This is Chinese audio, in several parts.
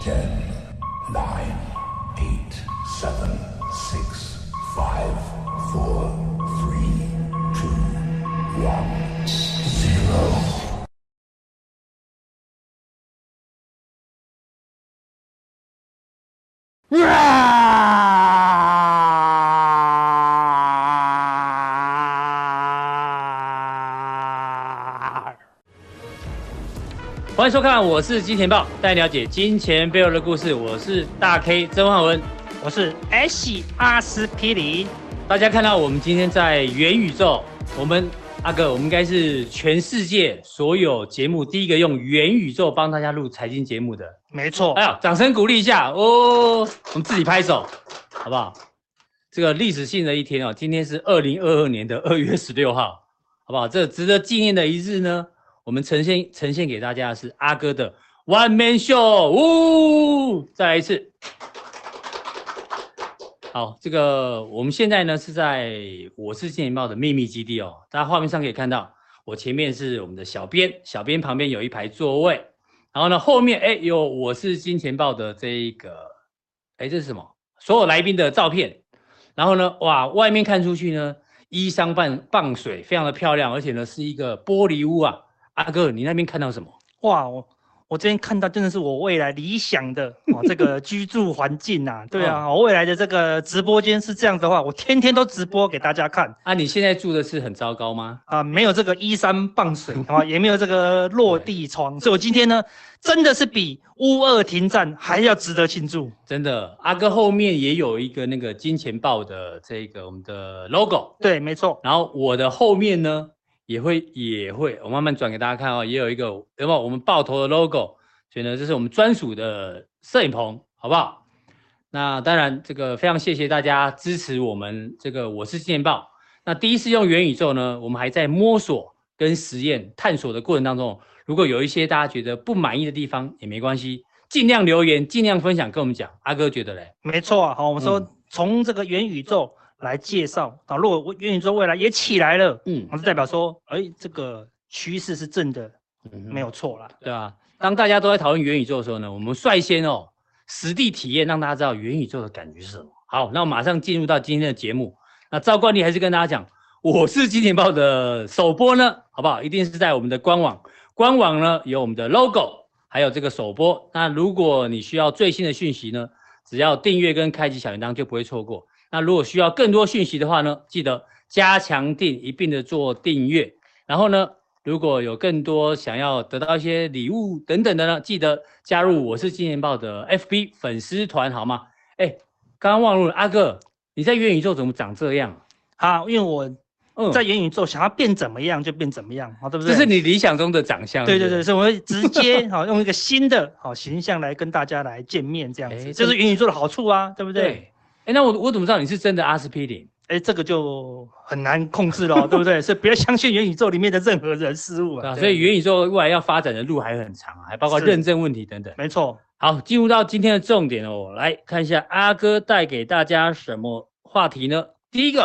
10, 9, 8, 7, 6, 5, 4, 3, 2, 1, 0. 欢迎收看，我是金钱豹，带你了解金钱背后的故事。我是大 K 曾焕文， 我是 S 阿司匹林。 大家看到我们今天在元宇宙，我们阿哥，我们应该是全世界所有节目第一个用元宇宙帮大家录财经节目的。 没错， 哎呀，掌声鼓励一下哦！我们自己拍手，好不好？这个历史性的一天哦，今天是2022年的2月16号，好不好？这值得纪念的一日呢，我们呈现给大家的是阿哥的 One Man Show， 呜！再来一次。好，这个我们现在呢是在我是金钱豹的秘密基地哦，大家画面上可以看到，我前面是我们的小编，小编旁边有一排座位，然后呢后面有我是金钱豹的这一个，这是什么？所有来宾的照片，然后呢，哇，外面看出去呢，依山傍水，非常的漂亮，而且呢是一个玻璃屋啊。阿哥，你那边看到什么？ 哇，我这边看到真的是我未来理想的这个居住环境啊。对啊，我未来的这个直播间是这样的话，我天天都直播给大家看。 啊，你现在住的是很糟糕吗？ 啊，没有这个依山傍水啊，也没有这个落地窗，所以我今天呢，真的是比乌俄停战还要值得庆祝。 真的，阿哥后面也有一个那个金钱豹的这个我们的 logo。 对，没错。 然后我的后面呢？也会，我慢慢转给大家看哦，也有一个有没有我们爆头的 logo， 所以呢，这是我们专属的摄影棚，好不好？那当然，这个非常谢谢大家支持我们这个我是金钱豹。那第一次用元宇宙呢，我们还在摸索跟实验探索的过程当中，如果有一些大家觉得不满意的地方也没关系，尽量留言，尽量分享跟我们讲。阿哥觉得嘞？ 没错啊，好，我们说从这个元宇宙来介绍啊，如果元宇宙未来也起来了，就代表说，这个趋势是正的，没有错啦， 对啊。当大家都在讨论元宇宙的时候呢，我们率先实地体验，让大家知道元宇宙的感觉是什么。好，那我马上进入到今天的节目。那照惯例还是跟大家讲，我是金钱豹的首播呢，好不好？一定是在我们的官网，官网呢有我们的 logo， 还有这个首播。那如果你需要最新的讯息呢，只要订阅跟开启小铃铛就不会错过。那如果需要更多讯息的话呢，记得加强订，一并的做订阅。然后呢，如果有更多想要得到一些礼物等等的呢，记得加入我是金钱豹的 FB 粉丝团，好吗？刚刚忘了，阿哥，你在元宇宙怎么长这样啊？因为我在元宇宙想要变怎么样就变怎么样，好，对不对？ 这是你理想中的长相。 对对对，所以我会直接用一个新的形象来跟大家来见面，这样子，这是元宇宙的好处啊，对不对？ 对。那我怎么知道你是真的阿司匹林？ 这个就很难控制了，对不对？所以不要相信元宇宙里面的任何人事物啊。 所以元宇宙未来要发展的路还很长，还包括认证问题等等。 没错。 好，进入到今天的重点哦，来看一下阿哥带给大家什么话题呢？第一个，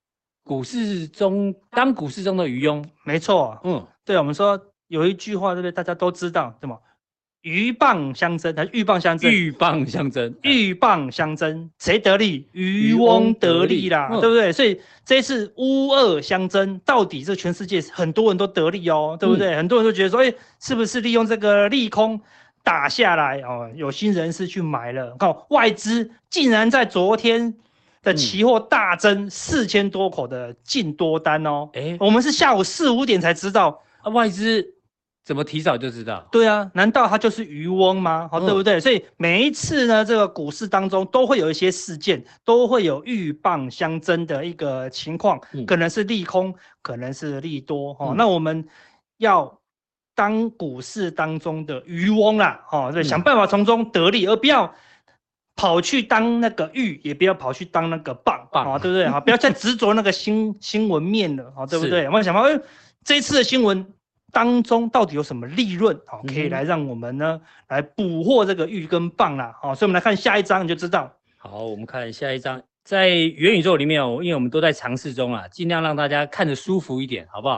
当股市中的渔翁。 没错。对，我们说有一句话，对不对？大家都知道，对吗？鹬蚌相争，还是鹬蚌相争？ 鹬蚌相争， 鹬蚌相争，谁得利？渔翁得利啦，对不对？所以这次乌俄相争，到底这全世界很多人都得利哦，对不对？很多人都觉得说，是不是利用这个利空打下来哦？有心人士去买了，看外资竟然在昨天的期货大增4000多口的净多单哦。我们是下午4、5点才知道， 外资怎么提早就知道？ 对啊，难道他就是渔翁吗？对不对？所以每一次呢，这个股市当中都会有一些事件，都会有鹬蚌相争的一个情况，可能是利空，可能是利多。那我们要当股市当中的渔翁啦，对，想办法从中得利，而不要跑去当那个鹬，也不要跑去当那个蚌，对不对？不要再执着那个新闻面了，对不对？我们想到，这一次的新闻当中到底有什么利润可以来让我们呢来捕获这个鹬跟蚌啦，所以我们来看下一章你就知道。 好，我们看下一章，在元宇宙里面因为我们都在尝试中啊，尽量让大家看着舒服一点，好不好？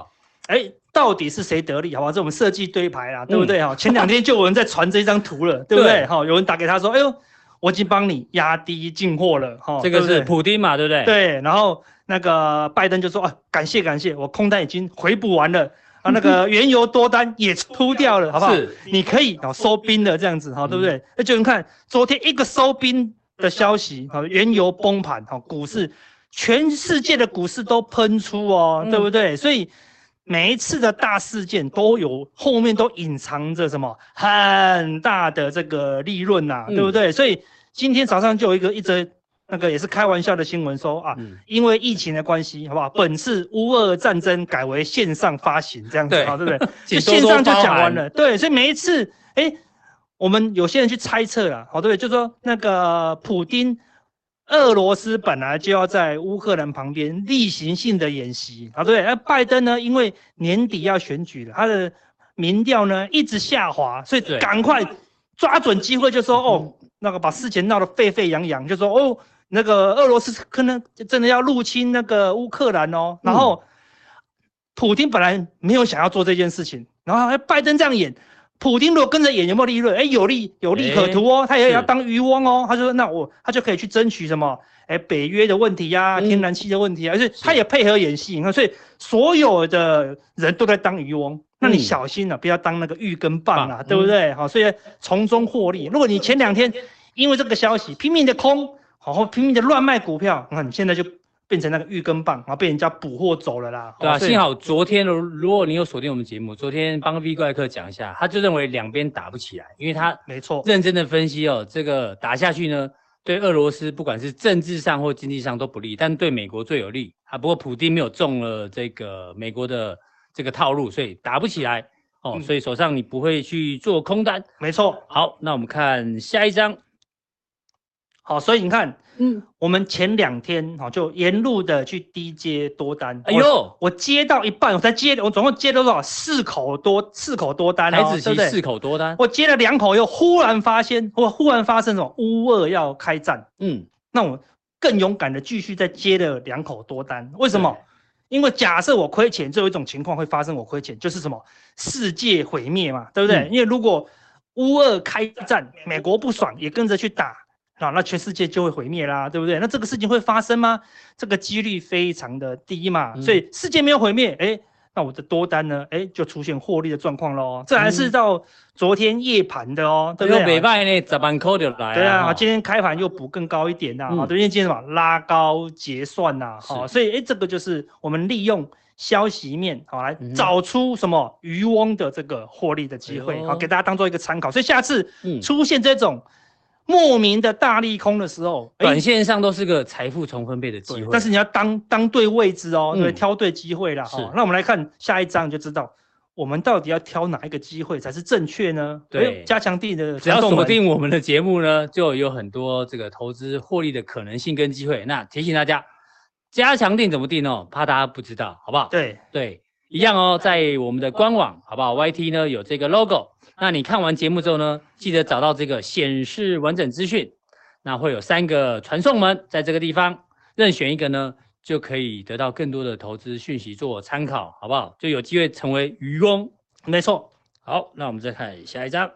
到底是谁得利？好吧，这我们设计堆牌啦，对不对？前2天就有人在传这张图了，对不对？有人打给他说，哎呦，我已经帮你压低进货了， 这个是普丁嘛，对不对？ 对，然后那个拜登就说啊，感谢，我空单已经回补完了。那个原油多单也出掉了，好不好？你可以收兵了，这样子对不对？那就你看昨天一个收兵的消息，原油崩盘，股市全世界的股市都喷出对不对？所以每一次的大事件都有后面都隐藏着什么很大的这个利润呐，对不对？所以今天早上就有一则。那个也是开玩笑的新闻说因为疫情的关系，好不好？本次乌俄战争改为线上发行，这样子，对不对？就线上就讲完了，对。所以每一次，我们有些人去猜测啦，对不对？就说那个普丁，俄罗斯本来就要在乌克兰旁边例行性的演习，对不对？而拜登呢，因为年底要选举了，他的民调呢一直下滑，所以赶快抓准机会，就说那个把事情闹得沸沸扬扬，就说那个俄罗斯可能真的要入侵那个乌克兰然后普丁本来没有想要做这件事情，然后拜登这样演，普丁如果跟着演有没有利润？有利可图他也要当渔翁他说他就可以去争取什么北约的问题天然气的问题而且他也配合演戏，所以所有的人都在当渔翁，那你小心不要当那个玉跟棒对不对？所以从中获利。如果你前2天因为这个消息拼命的空。或拼命的乱卖股票，你现在就变成那个玉跟棒，然后被人家捕获走了啦。 对幸好昨天如果你有锁定我们节目，昨天帮 V 怪客讲一下，他就认为两边打不起来，因为他没错认真的分析这个打下去呢，对俄罗斯不管是政治上或经济上都不利，但对美国最有利不过普丁没有中了这个美国的这个套路，所以打不起来所以手上你不会去做空单。 没错。 好，那我们看下一张。 好，所以你看，我们前2天就沿路的去低接多单。我接到一半，我总共接了多少？4口多单台子期4口多单。 我接了2口，又忽然发生什么乌俄要开战。那我更勇敢的继续再接了2口多单。为什么？因为假设我亏钱，就有一种情况会发生，我亏钱就是什么世界毁灭嘛，对不对？因为如果乌俄开战，美国不爽也跟着去打。那全世界就会毁灭啦，对不对？那这个事情会发生吗？这个几率非常的低嘛，所以世界没有毁灭，那我的多单呢，就出现获利的状况咯。这还是到昨天夜盘的对不对？ 礼拜呢10万块就来。 对啊，今天开盘又补更高一点对，因为今天什么拉高结算所以这个就是我们利用消息面来找出什么渔翁的这个获利的机会，给大家当做一个参考。所以下次出现这种莫名的大利空的时候， 短线上都是个财富重分配的机会， 但是你要当对位置对，挑对机会啦。那我们来看下一章就知道，我们到底要挑哪一个机会才是正确呢？ 对， 加强定的， 只要锁定我们的节目呢，就有很多这个投资获利的可能性跟机会。那提醒大家，加强定怎么定怕大家不知道，好不好？对，一样在我们的官网，好不好 ？YT 呢有这个 logo。那你看完节目之后呢，记得找到这个显示完整资讯，那会有3个传送门，在这个地方任选一个呢，就可以得到更多的投资讯息做参考，好不好？就有机会成为渔翁。 没错。 好，那我们再看下一张。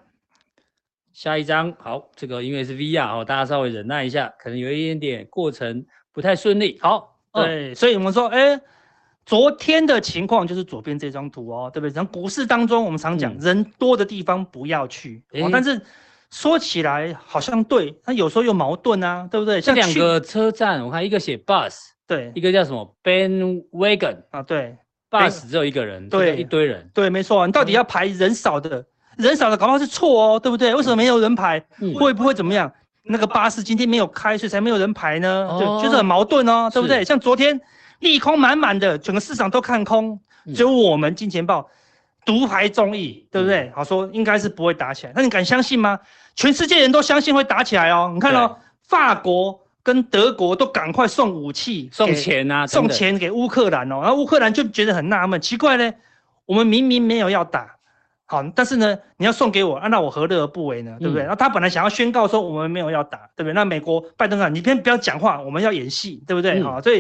好，这个因为是 VR 大家稍微忍耐一下，可能有一点点过程不太顺利。 好，对，所以我们说，昨天的情况就是左边这张图对不对？像股市当中，我们常讲人多的地方不要去但是说起来好像对，但有时候又矛盾对不对？ 像2个车站，我看一个写 bus， 对， 一个叫什么 bandwagon 对 ，bus 只有一个人，对，一堆人， 对，没错，你到底要排人少的搞不好是错对不对？为什么没有人排？会不会怎么样？那个巴士今天没有开，所以才没有人排呢？对，就是很矛盾对不对？像昨天。利空满满的，整个市场都看空，只有我们金钱豹独排众议，对不对？好说应该是不会打起来，那你敢相信吗？全世界人都相信会打起来你看法国跟德国都赶快送武器、 送钱送钱给乌克兰然后乌克兰就觉得很纳闷，奇怪呢，我们明明没有要打，好，但是呢，你要送给我，那我何乐而不为呢？对不对？然后他本来想要宣告说我们没有要打，对不对？那美国拜登你偏不要讲话，我们要演戏，对不对？所以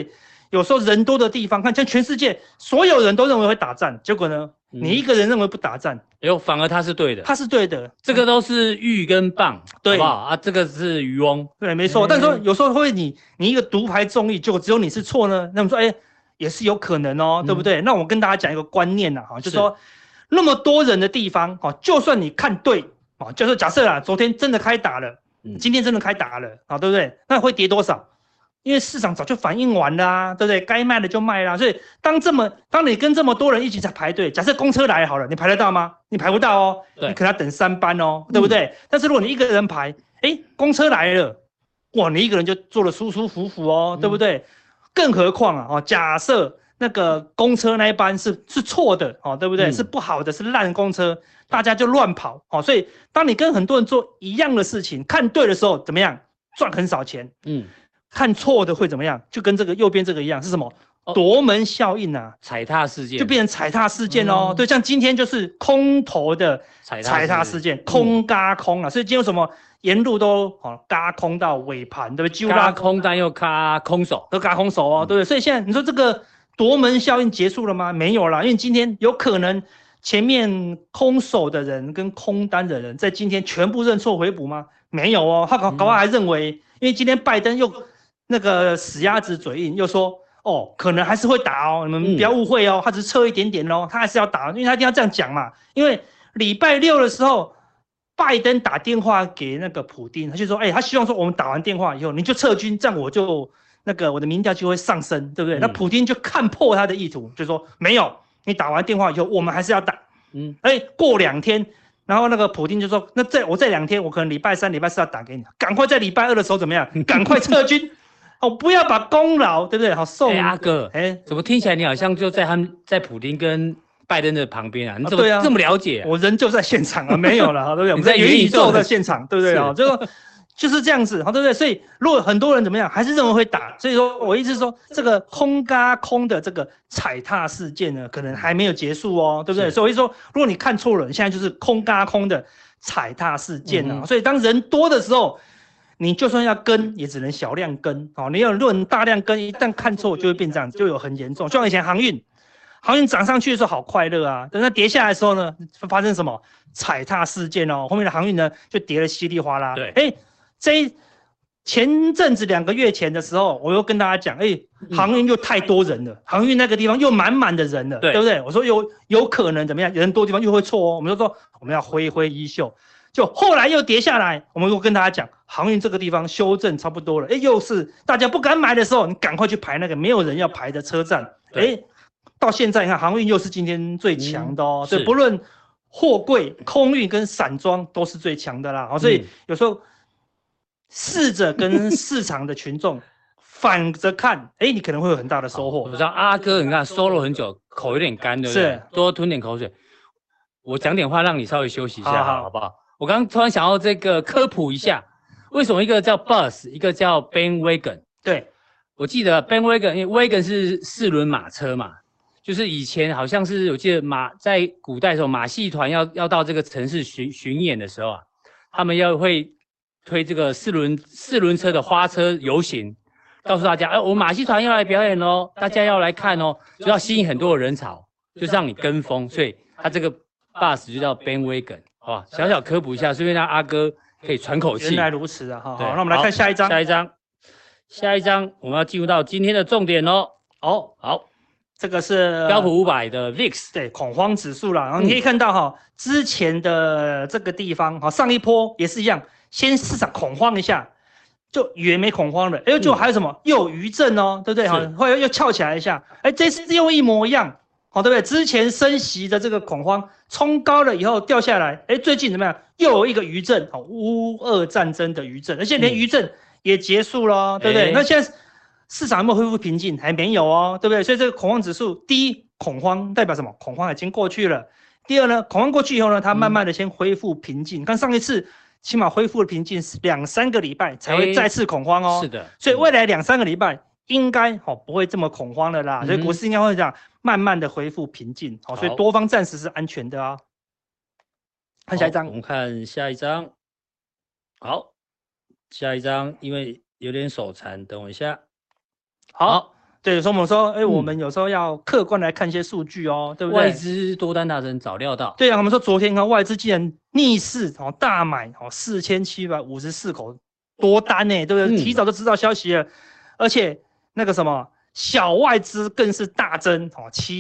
有时候人多的地方，看像全世界所有人都认为会打战，结果呢，你一个人认为不打战， 反而他是对的， 他是对的， 这个都是玉跟棒， 对， 好不好啊？这个是渔翁， 对，没错。但是说有时候会你一个独排众议，结果只有你是错呢，那么说，哎，也是有可能哦，对不对？那我跟大家讲一个观念呐，哈，就是说那么多人的地方，哈，就算你看对，啊，就是假设啦，昨天真的开打了，今天真的开打了，啊，对不对？那会跌多少？因为市场早就反应完啦，对不对？该卖的就卖啦。所以当你跟这么多人一起在排队，假设公车来好了，你排得到吗？你排不到哦，你可能要等3班哦，对不对？但是如果你一个人排，哎，公车来了，哇，你一个人就坐得舒舒服服哦，对不对？更何况啊，假设那个公车那一班是错的哦，对不对？是不好的，是烂公车，大家就乱跑哦。所以当你跟很多人做一样的事情，看对的时候怎么样？赚很少钱，看错的会怎么样？就跟这个右边这个一样，是什么？夺门效应啊， 踩踏事件， 就变成踩踏事件哦。对，像今天就是空头的踩踏事件，空嘎空啊。所以今天有什么沿路都嘎空到尾盘，对不对？ 嘎空单又嘎空手， 都嘎空手哦，对不对？所以现在你说这个夺门效应结束了吗？没有啦，因为今天有可能前面空手的人跟空单的人在今天全部认错回补吗？没有哦，他搞不好还认为，因为今天拜登又那个死鸭子嘴硬，又说哦，可能还是会打哦，你们不要误会哦，他只是撤一点点哦，他还是要打，因为他一定要这样讲嘛。因为礼拜6的时候，拜登打电话给那个普丁，他就说，哎，他希望说我们打完电话以后你就撤军，这样我就我的民调就会上升，对不对？那普丁就看破他的意图，就说没有，你打完电话以后，我们还是要打。过2天。然后那个普丁就说：“那我这2天，我可能礼拜3、礼拜4要打给你，赶快在礼拜2的时候怎么样？赶快撤军，哦，不要把功劳，对不对？好送阿哥，怎么听起来你好像就在普丁跟拜登的旁边啊？你怎么这么了解？ 我人就在现场啊，没有了，对不对？我们在元宇宙的现场，对不对啊？就是这样子，好，对不对？所以如果很多人怎么样，还是认为会打，所以说我意思是说，这个空嘎空的这个踩踏事件呢，可能还没有结束哦，对不对？所以我就说，如果你看错了，你现在就是空嘎空的踩踏事件啊。所以当人多的时候，你就算要跟，也只能小量跟，哦，你要论大量跟，一旦看错就会变这样，就有很严重。就像以前航运涨上去的时候好快乐啊，等它跌下来的时候呢，发生什么踩踏事件哦，后面的航运呢就跌得稀里哗啦。 对， 前阵子2个月前的时候，我又跟大家讲，航运又太多人了，航运那个地方又满满的人了，对不对？我说有可能怎么样？人多的地方又会错哦，我们就说我们要挥挥衣袖。就后来又跌下来，我们又跟大家讲，航运这个地方修正差不多了，又是大家不敢买的时候，你赶快去排那个没有人要排的车站。到现在你看航运又是今天最强的哦，所以不论货柜、空运跟散装都是最强的啦。所以有时候试着跟市场的群众反着看，你可能会有很大的收获。 我知道阿哥，你看收了很久，口有点干，对不对？是，多吞点口水。我讲点话让你稍微休息一下，好不好？我刚刚突然想要这个科普一下，为什么一个叫 bus， 一个叫 bandwagon？ 对， 我记得 bandwagon， 因为 wagon 是4轮马车嘛，就是以前好像是我记得在古代的时候，马戏团要到这个城市巡演的时候啊，他们会推这个四轮车的花车游行，告诉大家，我马戏团要来表演哦，大家要来看哦，就要吸引很多的人潮，就是让你跟风，所以它这个 bus 就叫 bandwagon， 好吧？小小科普一下，顺便让阿哥可以喘口气。 原来如此啊！好，那我们来看下一张。 下一张我们要进入到今天的重点哦。好， 这个是标普500的 VIX， 对，恐慌指数啦。然后你可以看到之前的这个地方上一波也是一样，先市场恐慌一下，就以为没恐慌了，就还有什么又有余震哦，对不对？后来又翘起来一下，这次又一模一样，对不对？之前升息的这个恐慌冲高了以后掉下来，最近怎么样？又有一个余震，乌俄战争的余震，而且连余震也结束了，对不对？那现在市场有没有恢复平静？还没有哦，对不对？所以这个恐慌指数，第一，恐慌代表什么？恐慌已经过去了。第二呢，恐慌过去以后呢，它慢慢的先恢复平静。看上一次起码恢复了平静2-3个礼拜才会再次恐慌哦。 是的， 所以未来2-3个礼拜应该不会这么恐慌了啦。所以股市应该会这样慢慢的恢复平静。所以多方暂时是安全的啊。看下一张， 我们看下一张。好，下一张因为有点手残，等我一下。 好， 对，有时候我们说，我们有时候要客观来看一些数据哦，对不对？ 外资多单大增，早料到。 对啊，我们说昨天外资竟然逆势大买4754口多单呢，对不对？提早就知道消息了，而且那个什么小外资更是大增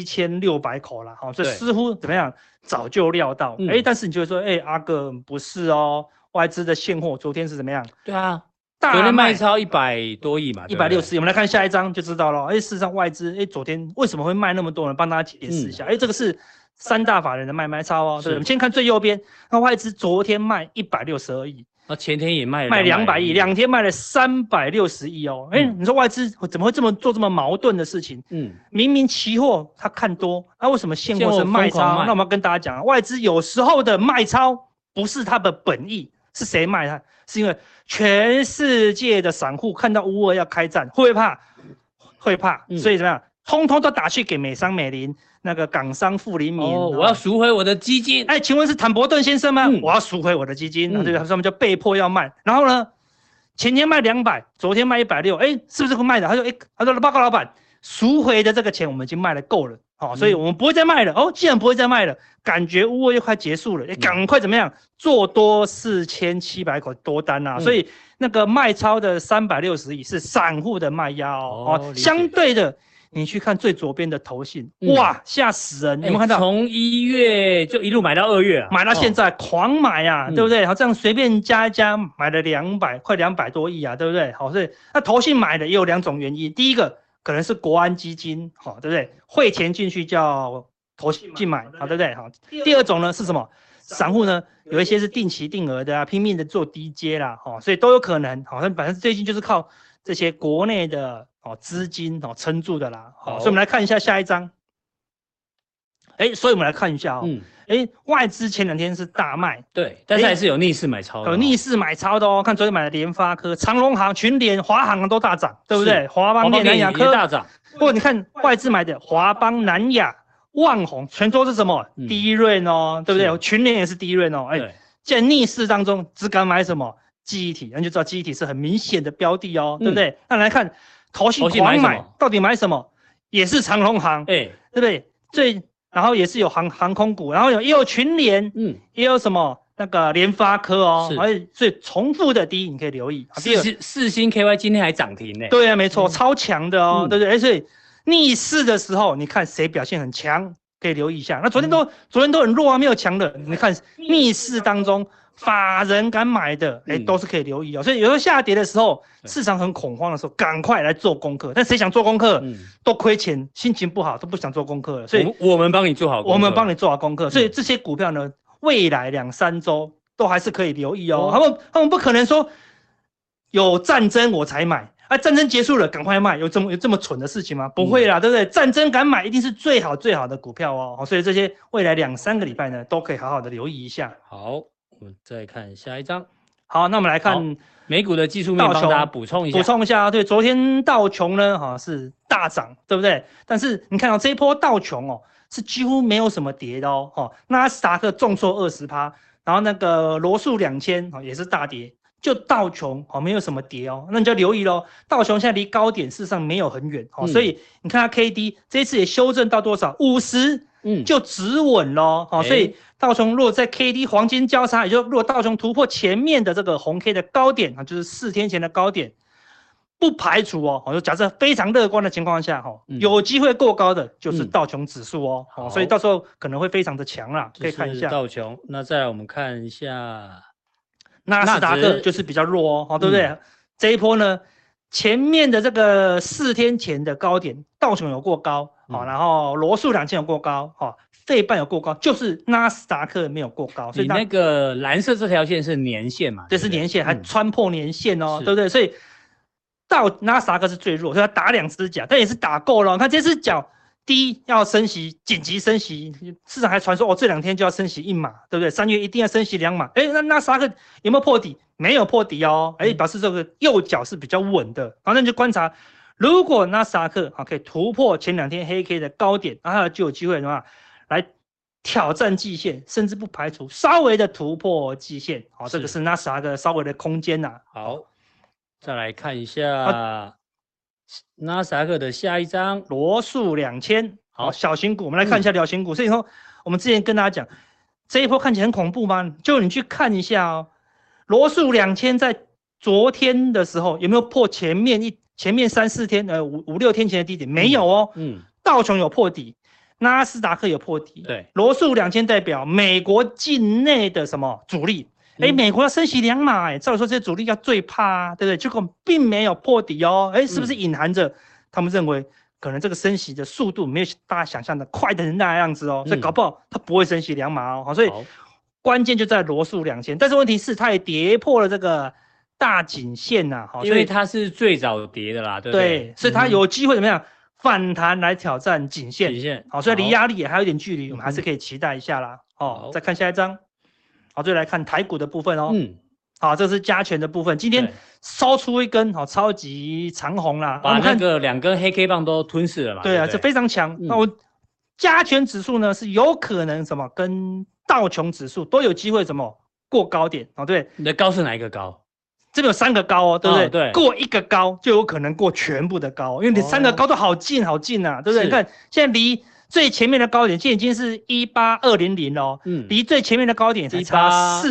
7600口了，所以似乎怎么样，早就料到。但是你就会说，阿哥不是哦，外资的现货昨天是怎么样？ 对啊。昨天卖超100多亿嘛 ，160亿。我们来看下一张就知道了。事实上外资昨天为什么会卖那么多呢？帮大家解释一下。这个是3大法人的卖超哦。对，我们先看最右边，那外资昨天卖162亿， 前天也卖 200亿，2天卖了360亿哦。你说外资怎么会做这么矛盾的事情？明明期货他看多，那为什么现货是卖超？那我们要跟大家讲，外资有时候的卖超不是他的本意，是谁卖它？是因为全世界的散户看到乌俄要开战，会不会怕？会怕，所以怎么样？通通都打去给美商美林那个港商富临民。 我要赎回我的基金。 请问是坦伯顿先生吗？我要赎回我的基金。对，他们就被迫要卖。然后呢，前天卖200，昨天卖160，是不是会卖的？他说报告老板，赎回的这个钱我们已经卖了够了。所以我们不会再卖了。既然不会再卖了，感觉乌俄又快结束了，赶快怎么样做多4700口多单啊！所以那个卖超的360亿是散户的卖压哦。相对的，你去看最左边的投信，哇，吓死人！有没有看到？ 从1月就一路买到2月啊， 买到现在狂买啊，对不对？这样随便加一加，买了快200多亿啊，对不对？所以那投信买的也有2种原因，第一个可能是国安基金，对不对？汇钱进去叫投信进买，对不对？第二种呢是什么？散户呢有一些是定期定额的啊，拼命的做低阶啦，所以都有可能。反正最近就是靠这些国内的资金撑住的啦。所以我们来看一下下一张。所以我们来看一下外资前2天是大卖， 对，但是还是有逆势买超的， 有逆势买超的哦。看昨天买的联发科、长荣航、群联、华航都大涨，对不对？华邦电、南亚科大涨。 不过你看外资买的华邦、南亚、旺宏，全都是什么？低润哦，对不对？群联也是低润哦。在逆势当中只敢买什么？记忆体，那就知道记忆体是很明显的标的哦，对不对？那来看投信狂买，到底买什么？也是长荣航，对不对？然后也是有航空股，然后也有群联，也有什么那个联发科哦，所以重复的第一你可以留意。 世芯 KY 今天还涨停呢。 对啊，没错，超强的哦，对不对？所以逆势的时候，你看谁表现很强，可以留意一下。那昨天都很弱啊，没有强的。你看逆势当中，法人敢买的，都是可以留意哦。所以有时候下跌的时候，市场很恐慌的时候，赶快来做功课。但谁想做功课，都亏钱，心情不好，都不想做功课了。所以我们帮你做好功课， 我们帮你做好功课。所以这些股票呢，未来2-3周都还是可以留意哦。他们不可能说有战争我才买。战争结束了，赶快卖，有这么蠢的事情吗？不会啦，对不对？战争敢买，一定是最好的股票哦。所以这些未来2-3个礼拜呢，都可以好好的留意一下。 好，我们再看下一张。 好，那我们来看美股的技术面，帮大家补充一下。对，昨天道琼呢，是大涨，对不对？但是你看这一波道琼是几乎没有什么跌的哦。纳斯达克重挫20%，然后那个罗素2000也是大跌。就道琼没有什么跌哦，那你就留意咯。道琼现在离高点事实上没有很远所以你看它 KD 这一次也修正到多少？50，就止稳咯所以道琼如果在 KD 黄金交叉，也就如果道琼突破前面的这个红 K 的高点就是4天前的高点，不排除就假设非常乐观的情况下有机会过高的就是道琼指数所以到时候可能会非常的强啦，可以看一下道琼。那再来我们看一下。 纳斯达克就是比较弱对不对？这一波呢，前面的这个4天前的高点，道琼有过高然后罗素2000有过高费半有过高，就是纳斯达克没有过高。 所以那个蓝色这条线是年线嘛？ 这是年线，还穿破年线对不对？所以到纳斯达克是最弱，所以它打2只脚，但也是打够了。看这只脚。第一要升息，紧急升息，市场还传说这2天就要升息1码，对不对？3月一定要升息2码。那纳斯达克有没有破底？没有破底哦。表示这个右脚是比较稳的。然后那你就观察，如果纳斯达克可以突破前2天黑 K 的高点，那它就有机会的话来挑战季线，甚至不排除稍微的突破季线。这个是纳斯达克稍微的空间呐。 好，再来看一下。 纳斯达克的下一张罗素2000， 好， 小型股，我们来看一下小型股。所以说，我们之前跟大家讲，这一波看起来很恐怖吗？就你去看一下哦，罗素2000在昨天的时候有没有破前面3-4天5-6天前的低点？没有哦。道琼有破底，纳斯达克有破底。 对， 罗素2000代表美国境内的什么主力？美国要升息2码，照理说这些主力要最怕啊，对不对？结果并没有破底哦，是不是隐含着他们认为可能这个升息的速度没有大家想象的快的那样子哦，所以搞不好它不会升息2码哦，所以关键就在罗素2000，但是问题是它也跌破了这个大颈线呐， 因为它是最早跌的啦，对不对？ 对，所以它有机会怎么样反弹来挑战颈线，好，所以离压力也还有点距离，我们还是可以期待一下啦。哦，再看下一张。好，再来看台股的部分哦。好，这是加权的部分，今天烧出一根超级长红啦， 把那个2根黑 K 棒都吞噬了嘛。 对啊，这非常强。那我加权指数呢是有可能什么跟道琼指数都有机会什么过高点哦，对。 你的高是哪一个高？ 这边有3个高哦，对不对？ 对， 过一个高就有可能过全部的高，因为你3个高都好近好近啊，对不对？你看现在离最前面的高点，现在已经是18200哦，离最前面的高点才差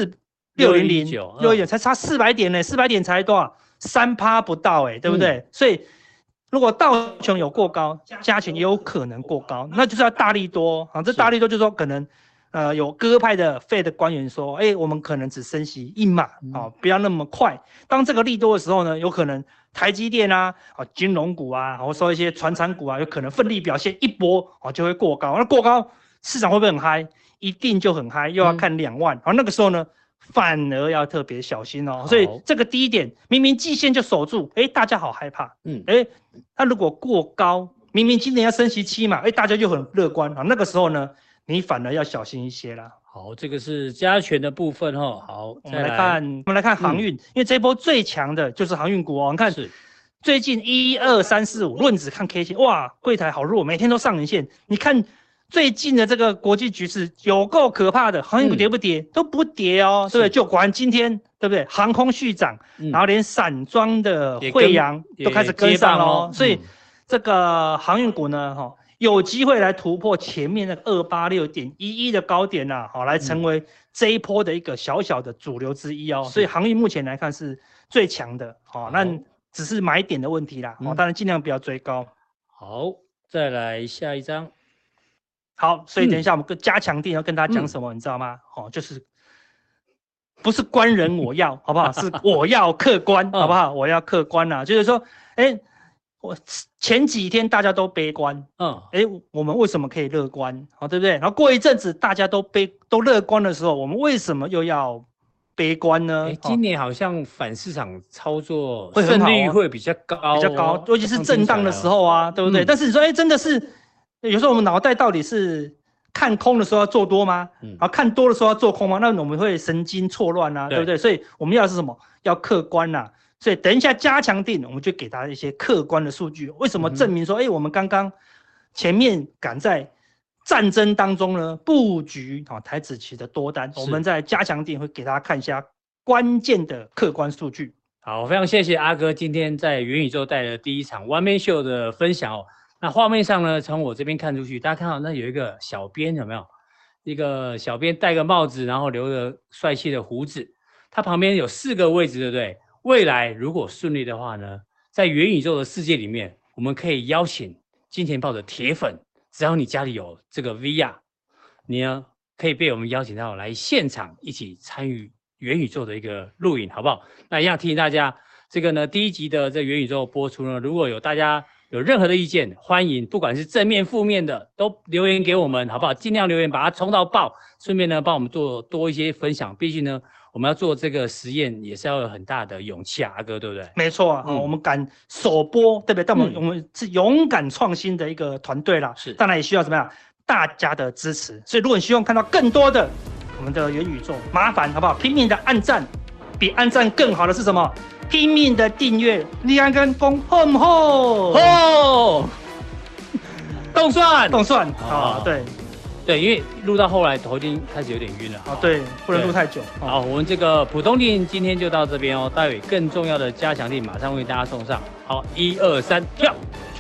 4610，才差400点呢，400点才多少？3%不到对不对？所以如果道琼有过高，加权也有可能过高，那就是要大利多啊，这大利多就是说可能有鸽派的 Fed 官员说，我们可能只升息1码不要那么快。当这个利多的时候呢，有可能台积电啊，金融股啊，或者说一些传产股啊，有可能奋力表现一波就会过高。那过高市场会不会很嗨？一定就很嗨，又要看2万。那个时候呢，反而要特别小心哦。所以这个低点明明季线就守住，大家好害怕。那如果过高，明明今年要升息7码，大家就很乐观。那个时候呢，你反而要小心一些啦。 好，这个是加权的部分哦。好， 我们来看航运，因为这一波最强的就是航运股哦。你看，最近1、2、3、4、5，论只看 K 线，哇，柜台好弱，每天都上影线。你看最近的这个国际局势有够可怕的，航运股跌不跌？都不跌哦，对不对？就果然今天对不对？航空续涨，然后连散装的惠阳都开始跟上咯。所以这个航运股呢，有机会来突破前面那个286.11的高点呐，来成为这一波的一个小小的主流之一哦。所以航运目前来看是最强的，那只是买点的问题啦，当然尽量不要追高。 好，再来下一张。 好，所以等一下我们加强定要跟大家讲什么，你知道吗？就是不是官人我要，好不好？是我要客观，好不好？我要客观啊，就是说，我前几天大家都悲观，我们为什么可以乐观？对不对？然后过一阵子大家都乐观的时候，我们为什么又要悲观呢？ 今年好像反市场操作胜率会比较高， 尤其是震荡的时候啊，对不对？但是你说，真的是有时候我们脑袋到底是看空的时候要做多吗？然后看多的时候要做空吗？那我们会神经错乱啊，对不对？所以我们要的是什么？要客观啊。所以等一下加强定，我们就给大家一些客观的数据，为什么证明说，我们刚刚前面赶在战争当中呢布局台指期的多单，我们在加强定会给大家看一下关键的客观数据。 好，非常谢谢阿哥今天在元宇宙带的第一场 One Man Show 的分享哦。那画面上呢，从我这边看出去，大家看到那有一个小编有没有？一个小编戴个帽子，然后留着帅气的胡子，他旁边有4个位置，对不对？未来如果顺利的话呢，在元宇宙的世界里面，我们可以邀请金钱豹的铁粉，只要你家里有这个 VR， 你呢可以被我们邀请到来现场一起参与元宇宙的一个录影，好不好？那一样提醒大家，这个呢第1集的这元宇宙播出呢，如果有大家有任何的意见，欢迎不管是正面负面的都留言给我们，好不好？尽量留言把它冲到爆，顺便呢帮我们做多一些分享，毕竟呢我们要做这个实验也是要有很大的勇气啊，阿哥，对不对？ 没错啊，我们敢首播，对不对？但我们是勇敢创新的一个团队啦，是，当然也需要怎么样？大家的支持。所以如果你希望看到更多的我们的元宇宙，麻烦好不好？拼命的按赞，比按赞更好的是什么？拼命的订阅，你看跟风厚不厚？ 厚，动算啊，对。 对，因为录到后来头已经开始有点晕了。 对，不能录太久。 好，我们这个普通令今天就到这边哦，待会更重要的加强令马上为大家送上。好，1、2、3，跳！